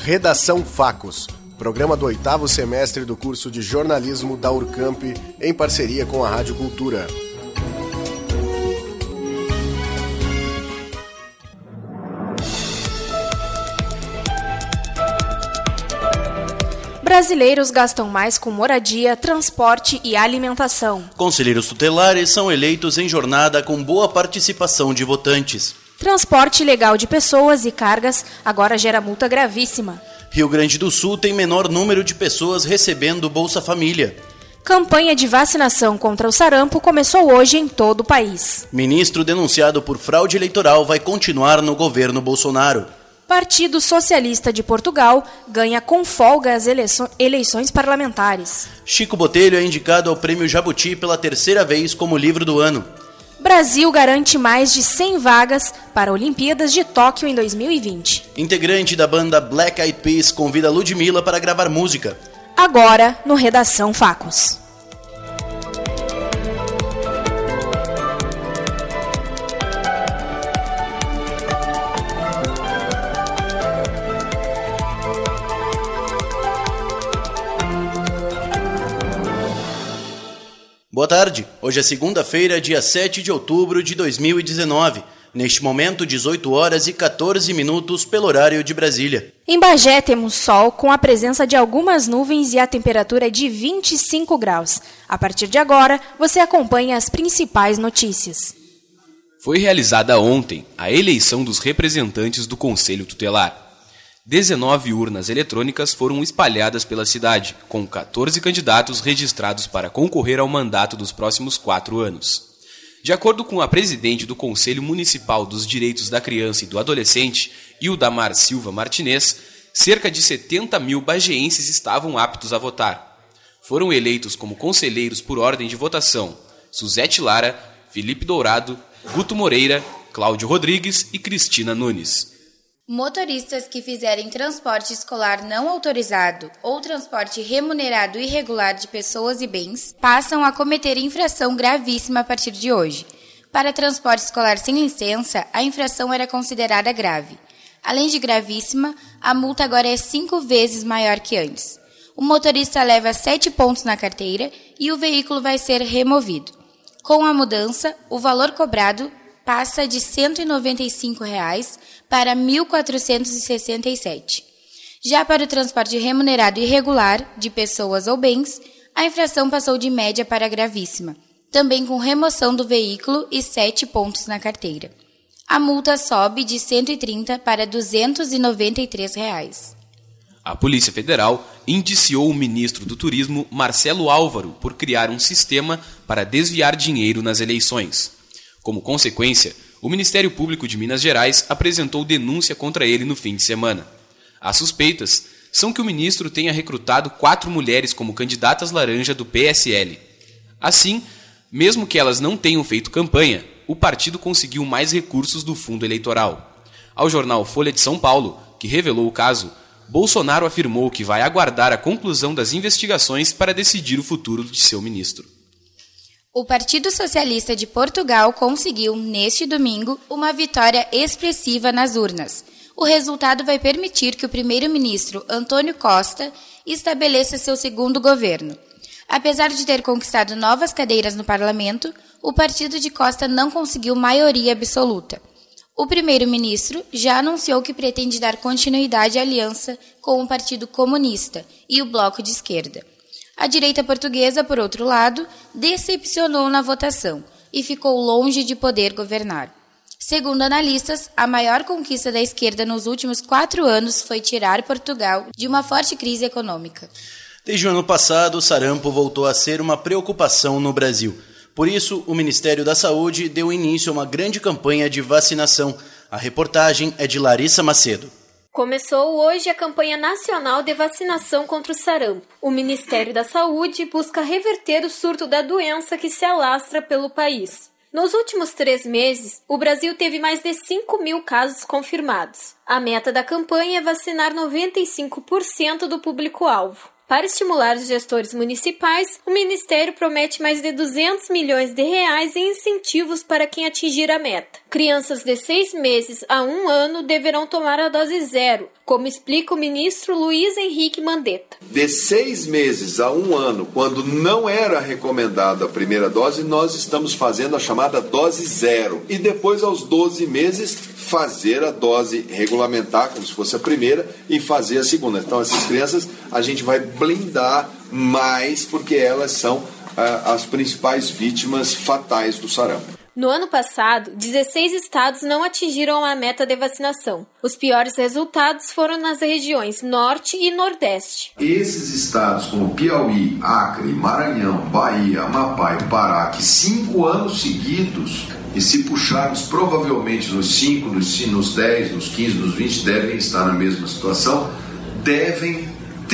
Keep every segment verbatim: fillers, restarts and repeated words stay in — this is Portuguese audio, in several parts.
Redação Facos, programa do oitavo semestre do curso de jornalismo da Urcamp, em parceria com a Rádio Cultura. Brasileiros gastam mais com moradia, transporte e alimentação. Conselheiros tutelares são eleitos em jornada com boa participação de votantes. Transporte ilegal de pessoas e cargas agora gera multa gravíssima. Rio Grande do Sul tem menor número de pessoas recebendo Bolsa Família. Campanha de vacinação contra o sarampo começou hoje em todo o país. Ministro denunciado por fraude eleitoral vai continuar no governo Bolsonaro. Partido Socialista de Portugal ganha com folga as eleições parlamentares. Chico Botelho é indicado ao Prêmio Jabuti pela terceira vez como livro do ano. Brasil garante mais de cem vagas para Olimpíadas de Tóquio em dois mil e vinte. Integrante da banda Black Eyed Peas convida Ludmilla para gravar música. Agora, no Redação Facos. Boa tarde, hoje é segunda-feira, dia sete de outubro de dois mil e dezenove. Neste momento, dezoito horas e quatorze minutos pelo horário de Brasília. Em Bagé temos sol com a presença de algumas nuvens e a temperatura é de vinte e cinco graus. A partir de agora, você acompanha as principais notícias. Foi realizada ontem a eleição dos representantes do Conselho Tutelar. dezenove urnas eletrônicas foram espalhadas pela cidade, com quatorze candidatos registrados para concorrer ao mandato dos próximos quatro anos. De acordo com a presidente do Conselho Municipal dos Direitos da Criança e do Adolescente, Ildamar Silva Martinez, cerca de setenta mil bageenses estavam aptos a votar. Foram eleitos como conselheiros por ordem de votação Suzete Lara, Felipe Dourado, Guto Moreira, Cláudio Rodrigues e Cristina Nunes. Motoristas que fizerem transporte escolar não autorizado ou transporte remunerado irregular de pessoas e bens passam a cometer infração gravíssima a partir de hoje. Para transporte escolar sem licença, a infração era considerada grave. Além de gravíssima, a multa agora é cinco vezes maior que antes. O motorista leva sete pontos na carteira e o veículo vai ser removido. Com a mudança, o valor cobrado passa de cento e noventa e cinco reais para mil quatrocentos e sessenta e sete reais. Já para o transporte remunerado irregular de pessoas ou bens, a infração passou de média para gravíssima, também com remoção do veículo e sete pontos na carteira. A multa sobe de cento e trinta para duzentos e noventa e três reais. A Polícia Federal indiciou o ministro do Turismo, Marcelo Álvaro, por criar um sistema para desviar dinheiro nas eleições. Como consequência, o Ministério Público de Minas Gerais apresentou denúncia contra ele no fim de semana. As suspeitas são que o ministro tenha recrutado quatro mulheres como candidatas laranja do P S L. Assim, mesmo que elas não tenham feito campanha, o partido conseguiu mais recursos do fundo eleitoral. Ao jornal Folha de São Paulo, que revelou o caso, Bolsonaro afirmou que vai aguardar a conclusão das investigações para decidir o futuro de seu ministro. O Partido Socialista de Portugal conseguiu, neste domingo, uma vitória expressiva nas urnas. O resultado vai permitir que o primeiro-ministro António Costa estabeleça seu segundo governo. Apesar de ter conquistado novas cadeiras no parlamento, o partido de Costa não conseguiu maioria absoluta. O primeiro-ministro já anunciou que pretende dar continuidade à aliança com o Partido Comunista e o Bloco de Esquerda. A direita portuguesa, por outro lado, decepcionou na votação e ficou longe de poder governar. Segundo analistas, a maior conquista da esquerda nos últimos quatro anos foi tirar Portugal de uma forte crise econômica. Desde o ano passado, o sarampo voltou a ser uma preocupação no Brasil. Por isso, o Ministério da Saúde deu início a uma grande campanha de vacinação. A reportagem é de Larissa Macedo. Começou hoje a campanha nacional de vacinação contra o sarampo. O Ministério da Saúde busca reverter o surto da doença que se alastra pelo país. Nos últimos três meses, o Brasil teve mais de cinco mil casos confirmados. A meta da campanha é vacinar noventa e cinco por cento do público-alvo. Para estimular os gestores municipais, o Ministério promete mais de duzentos milhões de reais em incentivos para quem atingir a meta. Crianças de seis meses a um ano deverão tomar a dose zero, como explica o ministro Luiz Henrique Mandetta. De seis meses a um ano, quando não era recomendada a primeira dose, nós estamos fazendo a chamada dose zero. E depois, aos doze meses, fazer a dose regulamentar, como se fosse a primeira, e fazer a segunda. Então, essas crianças a gente vai blindar mais, porque elas são ah, as principais vítimas fatais do sarampo. No ano passado, dezesseis estados não atingiram a meta de vacinação. Os piores resultados foram nas regiões Norte e Nordeste. Esses estados como Piauí, Acre, Maranhão, Bahia, Amapá e Pará, que cinco anos seguidos, e se puxarmos provavelmente nos cinco, nos, nos dez, nos quinze, nos vinte, devem estar na mesma situação, devem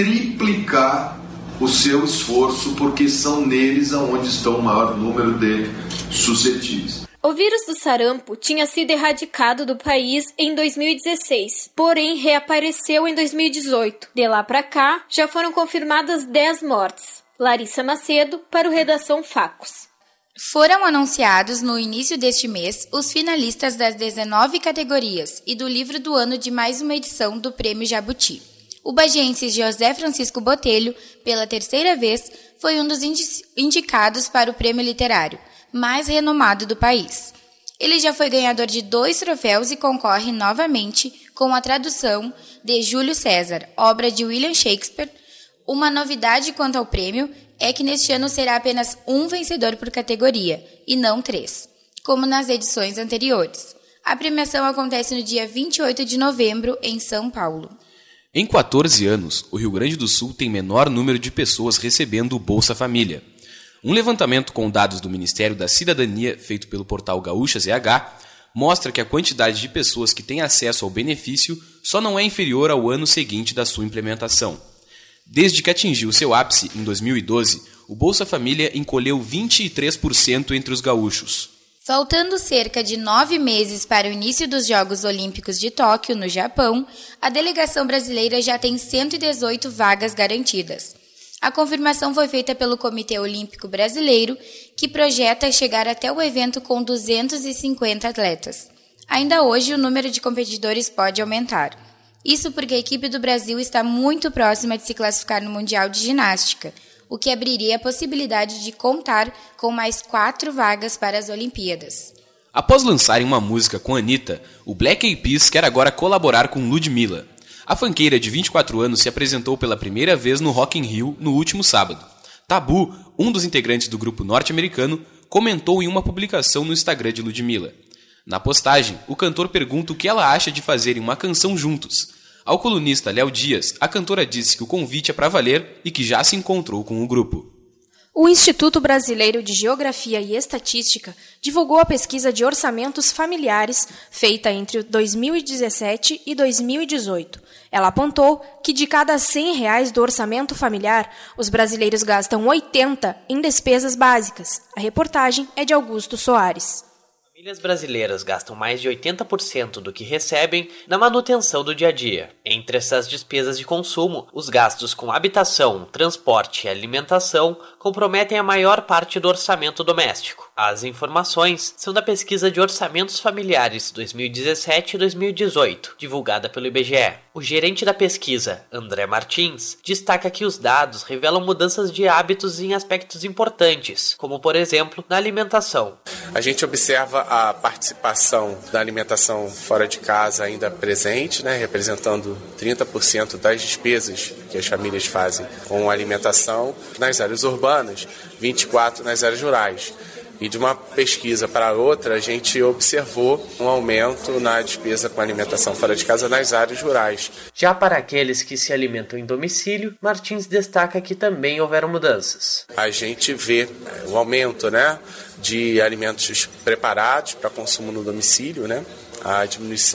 triplicar o seu esforço, porque são neles onde estão o maior número de suscetíveis. O vírus do sarampo tinha sido erradicado do país em dois mil e dezesseis, porém reapareceu em dois mil e dezoito. De lá para cá, já foram confirmadas dez mortes. Larissa Macedo, para o Redação Facos. Foram anunciados no início deste mês os finalistas das dezenove categorias e do livro do ano de mais uma edição do Prêmio Jabuti. O bagiense José Francisco Botelho, pela terceira vez, foi um dos indicados para o prêmio literário mais renomado do país. Ele já foi ganhador de dois troféus e concorre novamente com a tradução de Júlio César, obra de William Shakespeare. Uma novidade quanto ao prêmio é que neste ano será apenas um vencedor por categoria, e não três, como nas edições anteriores. A premiação acontece no dia vinte e oito de novembro, em São Paulo. Em quatorze anos, o Rio Grande do Sul tem menor número de pessoas recebendo o Bolsa Família. Um levantamento com dados do Ministério da Cidadania, feito pelo portal Gaúcha Z H, mostra que a quantidade de pessoas que têm acesso ao benefício só não é inferior ao ano seguinte da sua implementação. Desde que atingiu seu ápice, em dois mil e doze, o Bolsa Família encolheu vinte e três por cento entre os gaúchos. Faltando cerca de nove meses para o início dos Jogos Olímpicos de Tóquio, no Japão, a delegação brasileira já tem cento e dezoito vagas garantidas. A confirmação foi feita pelo Comitê Olímpico Brasileiro, que projeta chegar até o evento com duzentos e cinquenta atletas. Ainda hoje, o número de competidores pode aumentar. Isso porque a equipe do Brasil está muito próxima de se classificar no Mundial de Ginástica, o que abriria a possibilidade de contar com mais quatro vagas para as Olimpíadas. Após lançarem uma música com Anitta, o Black Eyed Peas quer agora colaborar com Ludmilla. A funkeira de vinte e quatro anos se apresentou pela primeira vez no Rock in Rio no último sábado. Tabu, um dos integrantes do grupo norte-americano, comentou em uma publicação no Instagram de Ludmilla. Na postagem, o cantor pergunta o que ela acha de fazerem uma canção juntos. Ao colunista Léo Dias, a cantora disse que o convite é para valer e que já se encontrou com o grupo. O Instituto Brasileiro de Geografia e Estatística divulgou a pesquisa de orçamentos familiares feita entre dois mil e dezessete e dois mil e dezoito. Ela apontou que de cada cem reais do orçamento familiar, os brasileiros gastam oitenta em despesas básicas. A reportagem é de Augusto Soares. Famílias brasileiras gastam mais de oitenta por cento do que recebem na manutenção do dia a dia. Entre essas despesas de consumo, os gastos com habitação, transporte e alimentação comprometem a maior parte do orçamento doméstico. As informações são da pesquisa de orçamentos familiares dois mil e dezessete e dois mil e dezoito, divulgada pelo I B G E. O gerente da pesquisa, André Martins, destaca que os dados revelam mudanças de hábitos em aspectos importantes, como, por exemplo, na alimentação. A gente observa a participação da alimentação fora de casa ainda presente, né, representando trinta por cento das despesas que as famílias fazem com alimentação nas áreas urbanas, vinte e quatro por cento nas áreas rurais. E de uma pesquisa para outra, a gente observou um aumento na despesa com alimentação fora de casa nas áreas rurais. Já para aqueles que se alimentam em domicílio, Martins destaca que também houveram mudanças. A gente vê o aumento, né, de alimentos preparados para consumo no domicílio, né, a diminuição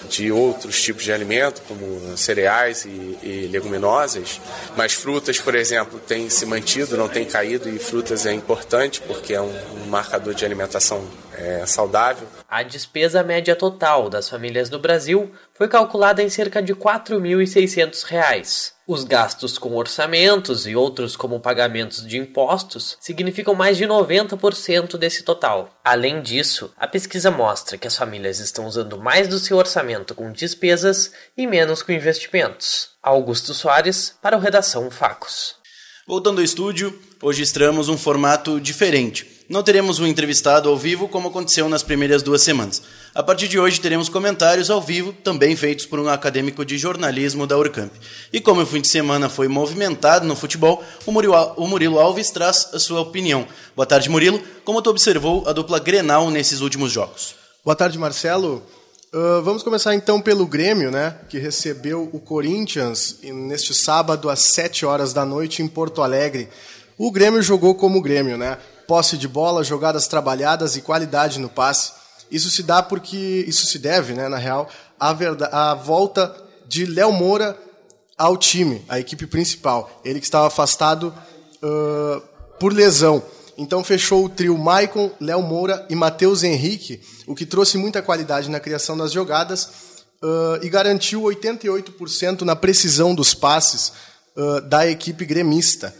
de outros tipos de alimento, como cereais e, e leguminosas, mas frutas, por exemplo, têm se mantido, não têm caído, e frutas é importante porque é um, um marcador de alimentação é, saudável. A despesa média total das famílias no Brasil foi calculada em cerca de quatro mil e seiscentos reais. Os gastos com orçamentos e outros como pagamentos de impostos significam mais de noventa por cento desse total. Além disso, a pesquisa mostra que as famílias estão usando mais do seu orçamento com despesas e menos com investimentos. Augusto Soares, para o Redação Facos. Voltando ao estúdio, hoje estreamos um formato diferente. Não teremos um entrevistado ao vivo como aconteceu nas primeiras duas semanas. A partir de hoje teremos comentários ao vivo, também feitos por um acadêmico de jornalismo da Urcamp. E como o fim de semana foi movimentado no futebol, o Murilo, o Murilo Alves traz a sua opinião. Boa tarde, Murilo. Como tu observou a dupla Grenal nesses últimos jogos? Boa tarde, Marcelo. Uh, vamos começar então pelo Grêmio, né, que recebeu o Corinthians neste sábado às sete horas da noite em Porto Alegre. O Grêmio jogou como o Grêmio, né? Posse de bola, jogadas trabalhadas e qualidade no passe. Isso se dá porque isso se deve, né, na real, à, verdade, à volta de Léo Moura ao time, à equipe principal. Ele que estava afastado uh, por lesão. Então fechou o trio Maicon, Léo Moura e Matheus Henrique, o que trouxe muita qualidade na criação das jogadas uh, e garantiu oitenta e oito por cento na precisão dos passes uh, da equipe gremista.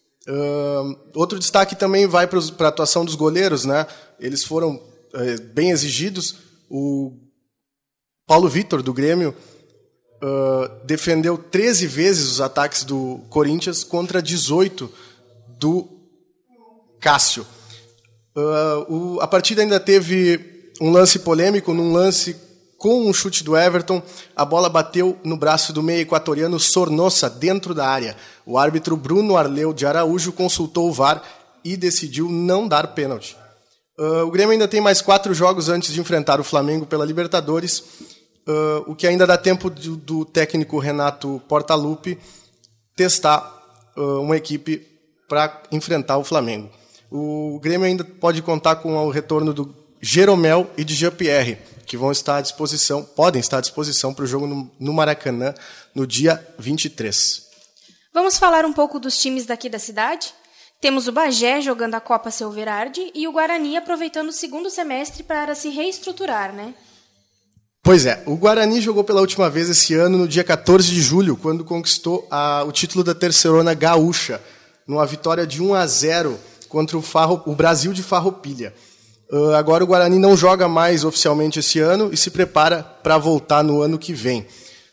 Uh, outro destaque também vai para a atuação dos goleiros, né? Eles foram uh, bem exigidos. O Paulo Vitor, do Grêmio, uh, defendeu treze vezes os ataques do Corinthians contra dezoito do Cássio. Uh, o, a partida ainda teve um lance polêmico, num lance com um chute do Everton, a bola bateu no braço do meia equatoriano Sornosa, dentro da área. O árbitro Bruno Arleu de Araújo consultou o V A R e decidiu não dar pênalti. Uh, o Grêmio ainda tem mais quatro jogos antes de enfrentar o Flamengo pela Libertadores, uh, o que ainda dá tempo do, do técnico Renato Portaluppi testar uh, uma equipe para enfrentar o Flamengo. O Grêmio ainda pode contar com o retorno do Jeromel e de Jean-Pierre, que vão estar à disposição, podem estar à disposição para o jogo no, no Maracanã no dia vinte e três. Vamos falar um pouco dos times daqui da cidade? Temos o Bagé jogando a Copa Seu Verardi e o Guarani aproveitando o segundo semestre para se reestruturar, né? Pois é, o Guarani jogou pela última vez esse ano no dia quatorze de julho, quando conquistou a, o título da Terceirona Gaúcha, numa vitória de um a zero contra o, Farro, o Brasil de Farroupilha. Uh, agora o Guarani não joga mais oficialmente esse ano e se prepara para voltar no ano que vem.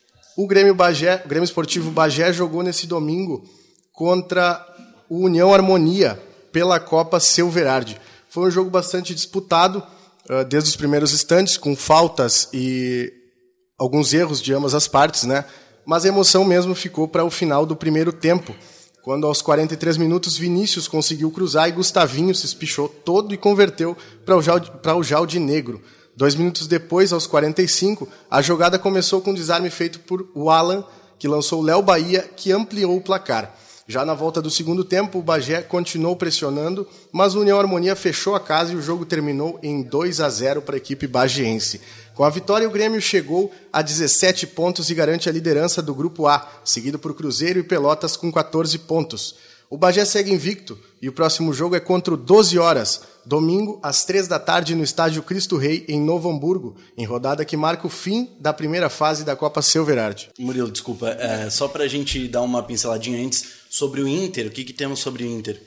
O Grêmio, Bagé, o Grêmio Esportivo Bagé jogou nesse domingo contra o União Harmonia pela Copa Seu Verardi. Foi um jogo bastante disputado uh, desde os primeiros instantes, com faltas e alguns erros de ambas as partes, né? Mas a emoção mesmo ficou para o final do primeiro tempo, quando aos quarenta e três minutos Vinícius conseguiu cruzar e Gustavinho se espichou todo e converteu para o Jaldinegro. Dois minutos depois, aos quarenta e cinco, a jogada começou com um desarme feito por o Alan, que lançou o Léo Bahia, que ampliou o placar. Já na volta do segundo tempo, o Bagé continuou pressionando, mas o União Harmonia fechou a casa e o jogo terminou em dois a zero para a equipe bagiense. Com a vitória, o Grêmio chegou a dezessete pontos e garante a liderança do Grupo A, seguido por Cruzeiro e Pelotas com quatorze pontos. O Bagé segue invicto e o próximo jogo é contra o doze horas, domingo, às três da tarde, no estádio Cristo Rei, em Novo Hamburgo, em rodada que marca o fim da primeira fase da Copa Seu Verardi. Murilo, desculpa, é, só para a gente dar uma pinceladinha antes sobre o Inter, o que, que temos sobre o Inter?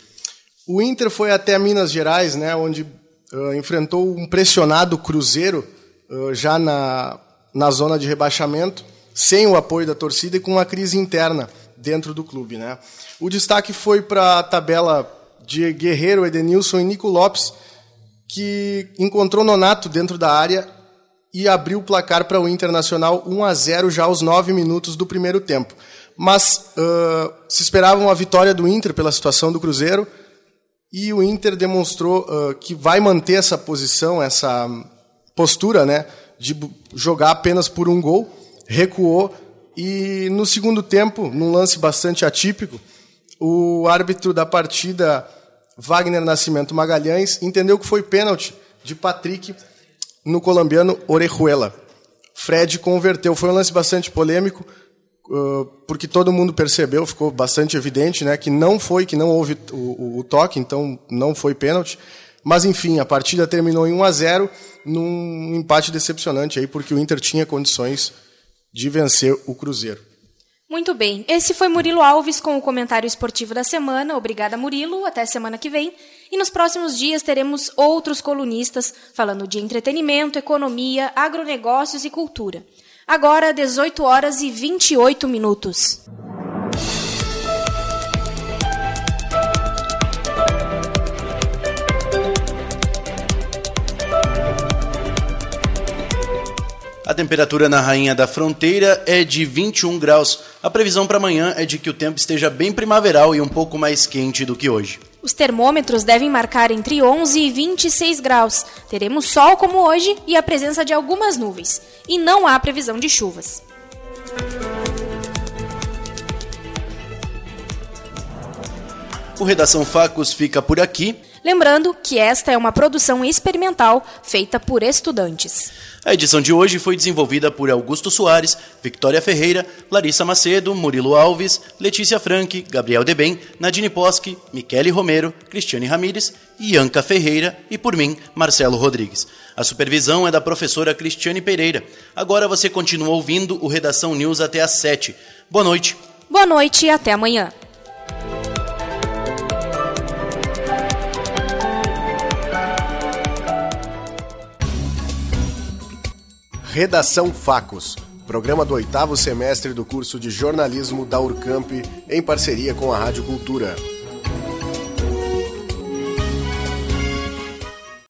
O Inter foi até Minas Gerais, né, onde uh, enfrentou um pressionado Cruzeiro, uh, já na, na zona de rebaixamento, sem o apoio da torcida e com uma crise interna dentro do clube, né? O destaque foi para a tabela de Guerreiro, Edenilson e Nico Lopes, que encontrou Nonato dentro da área e abriu o placar para o Internacional um a zero já aos nove minutos do primeiro tempo. Mas uh, se esperava uma vitória do Inter pela situação do Cruzeiro e o Inter demonstrou uh, que vai manter essa posição, essa postura, né, de jogar apenas por um gol, recuou e no segundo tempo, num lance bastante atípico, o árbitro da partida, Wagner Nascimento Magalhães, entendeu que foi pênalti de Patrick no colombiano Orejuela. Fred converteu. Foi um lance bastante polêmico, porque todo mundo percebeu, ficou bastante evidente, né, que não foi, que não houve o, o, o toque, então não foi pênalti. Mas, enfim, a partida terminou em um a zero, num empate decepcionante, aí, porque o Inter tinha condições de vencer o Cruzeiro. Muito bem. Esse foi Murilo Alves com o comentário esportivo da semana. Obrigada, Murilo. Até semana que vem. E nos próximos dias teremos outros colunistas falando de entretenimento, economia, agronegócios e cultura. Agora, dezoito horas e vinte e oito minutos. A temperatura na Rainha da Fronteira é de vinte e um graus. A previsão para amanhã é de que o tempo esteja bem primaveral e um pouco mais quente do que hoje. Os termômetros devem marcar entre onze e vinte e seis graus. Teremos sol como hoje e a presença de algumas nuvens. E não há previsão de chuvas. O Redação Facos fica por aqui. Lembrando que esta é uma produção experimental feita por estudantes. A edição de hoje foi desenvolvida por Augusto Soares, Victoria Ferreira, Larissa Macedo, Murilo Alves, Letícia Franck, Gabriel Debem, Nadine Poschi, Michele Romero, Cristiane Ramires, Ianca Ferreira e por mim, Marcelo Rodrigues. A supervisão é da professora Cristiane Pereira. Agora você continua ouvindo o Redação News até às sete. Boa noite. Boa noite e até amanhã. Redação Facos, programa do oitavo semestre do curso de jornalismo da Urcamp, em parceria com a Rádio Cultura.